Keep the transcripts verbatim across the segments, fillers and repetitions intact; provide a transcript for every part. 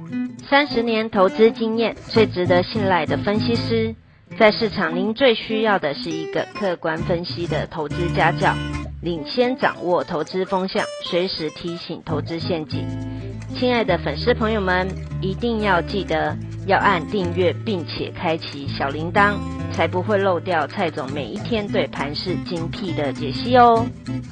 三十年投资经验，最值得信赖的分析师。在市场，您最需要的是一个客观分析的投资家教，领先掌握投资风向，随时提醒投资陷阱。亲爱的粉丝朋友们，一定要记得要按订阅，并且开启小铃铛，才不会漏掉蔡总每一天对盘势精辟的解析哦。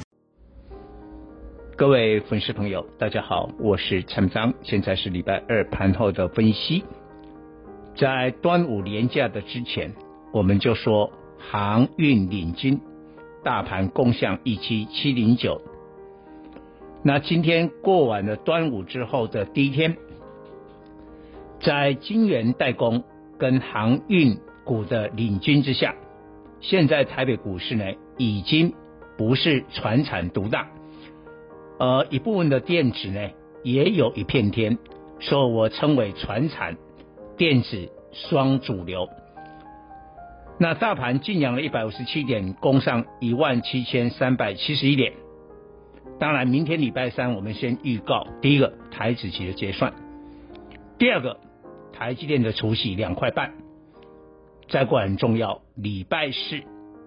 各位粉丝朋友，大家好，我是陈章，现在是礼拜二盘后的分析。在端午连假的之前，我们就说航运领军，大盘攻向一七七零九。那今天过完了端午之后的第一天，在晶圆代工跟航运股的领军之下，现在台北股市呢已经不是传产独大，而一部分的电子呢也有一片天，所以我称为传产电子双主流。那大盘晋阳了一百五十七点，攻上一万七千三百七十一点。当然明天礼拜三我们先预告，第一个台指期的结算，第二个台积电的除息两块半，再过来很重要，礼拜四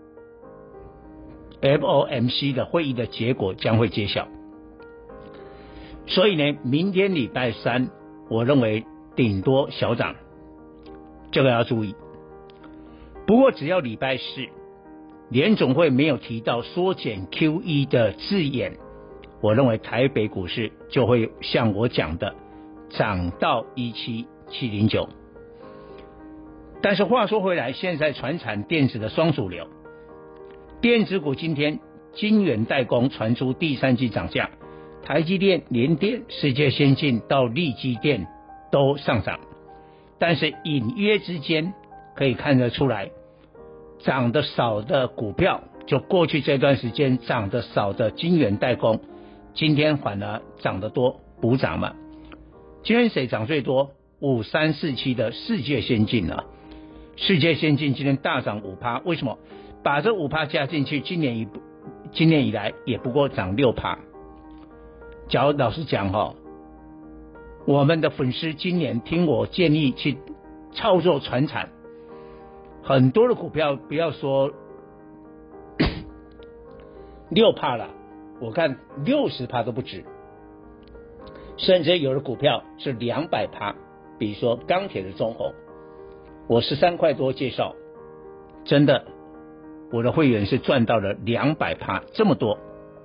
F O M C 的会议的结果将会揭晓。所以呢，明天礼拜三我认为顶多小涨，这个要注意。不过只要礼拜四联总会没有提到缩减 Q E 的字眼，我认为台北股市就会像我讲的涨到一七七零九。但是话说回来，现在传产电子的双主流，电子股今天晶圆代工传出第三季涨价，台积电、联电、世界先进到力积电都上涨，但是隐约之间可以看得出来，涨得少的股票，就过去这段时间涨得少的晶圆代工，今天反而涨得多，补涨嘛。今天谁涨最多？五三四七的世界先进啊，世界先进今天大涨 百分之五， 为什么？把这 百分之五 加进去，今年以今年以来也不过涨 百分之六。假如老实讲哈，我们的粉丝今年听我建议去操作传产，很多的股票不要说 百分之六 了，我看 百分之六十 都不止，甚至有的股票是 两百趴， 比如说钢铁的中鸿，我十三块多介绍，真的我的会员是赚到了 两百趴， 这么多。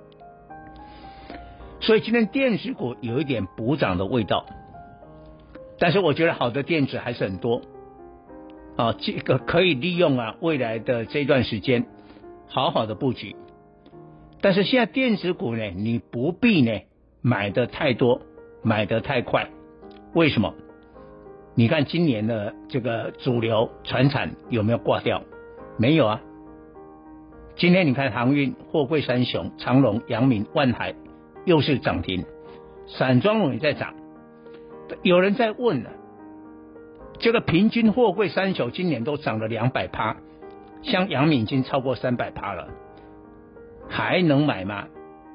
所以今天电子股有一点补涨的味道，但是我觉得好的电子还是很多啊，这个可以利用啊未来的这段时间好好的布局。但是现在电子股呢，你不必呢买的太多，买的太快。为什么？你看今年的这个主流传产有没有挂掉？没有啊。今天你看航运、货柜三雄、长荣、阳明、万海又是涨停，散装龙也在涨。有人在问了，这个平均货柜三雄今年都涨了 两百趴， 像阳明已经超过 三百趴 了，还能买吗？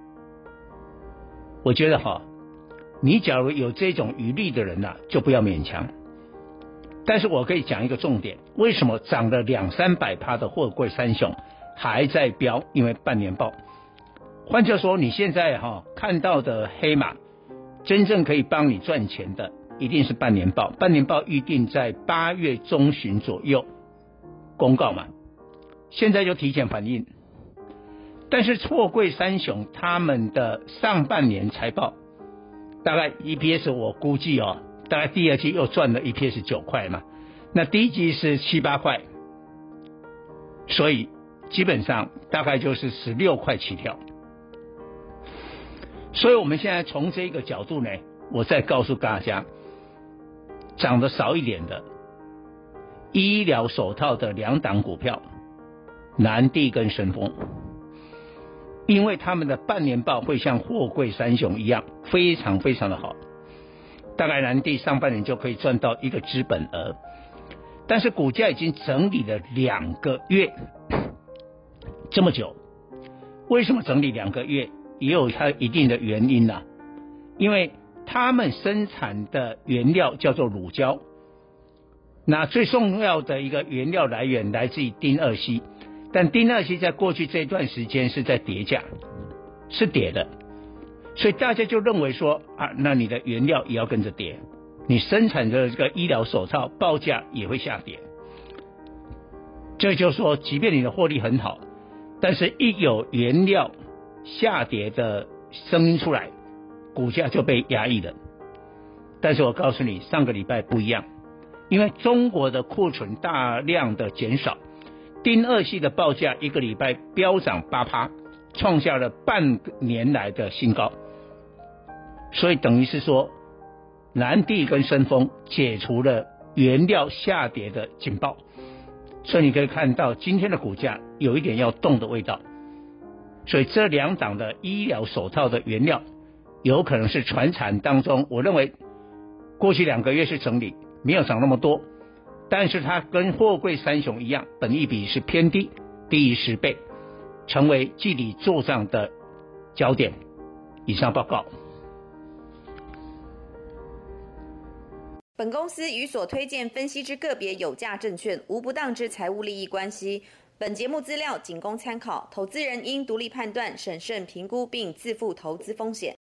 我觉得哈，你假如有这种余力的人啊，就不要勉强。但是我可以讲一个重点，为什么涨了两三百趴的货柜三雄还在飙？因为半年报。换句话说，你现在哈看到的黑马，真正可以帮你赚钱的，一定是半年报。半年报预定在八月中旬左右公告嘛，现在就提前反应。但是货柜三雄他们的上半年财报，大概 E P S 我估计哦，大概第二季又赚了 E P S 九块嘛，那第一季是七八块，所以基本上大概就是十六块起跳。所以我们现在从这个角度呢，我再告诉大家，涨得少一点的医疗手套的两档股票，南帝跟神锋，因为他们的半年报会像货柜三雄一样非常非常的好，大概南帝上半年就可以赚到一个资本额，但是股价已经整理了两个月这么久，为什么整理两个月？也有它一定的原因啦、啊，因为他们生产的原料叫做乳胶，那最重要的一个原料来源来自于丁二烯，但丁二烯在过去这段时间是在跌价，是跌的，所以大家就认为说啊，那你的原料也要跟着跌，你生产的这个医疗手套报价也会下跌。这就是说，即便你的获利很好，但是一有原料下跌的声音出来，股价就被压抑了。但是我告诉你，上个礼拜不一样，因为中国的库存大量的减少，丁二烯的报价一个礼拜飙涨 百分之八， 创下了半年来的新高。所以等于是说，南帝跟申丰解除了原料下跌的警报。所以你可以看到今天的股价有一点要动的味道，所以这两档的医疗手套的原料有可能是传产当中，我认为过去两个月是整理，没有涨那么多，但是它跟货柜三雄一样，本益比是偏低，低于十倍，成为季底作账的焦点。以上报告。 本公司与所推荐分析之个别有价证券无不当之财务利益关系。本节目资料仅供参考，投资人应独立判断、审慎评估并自负投资风险。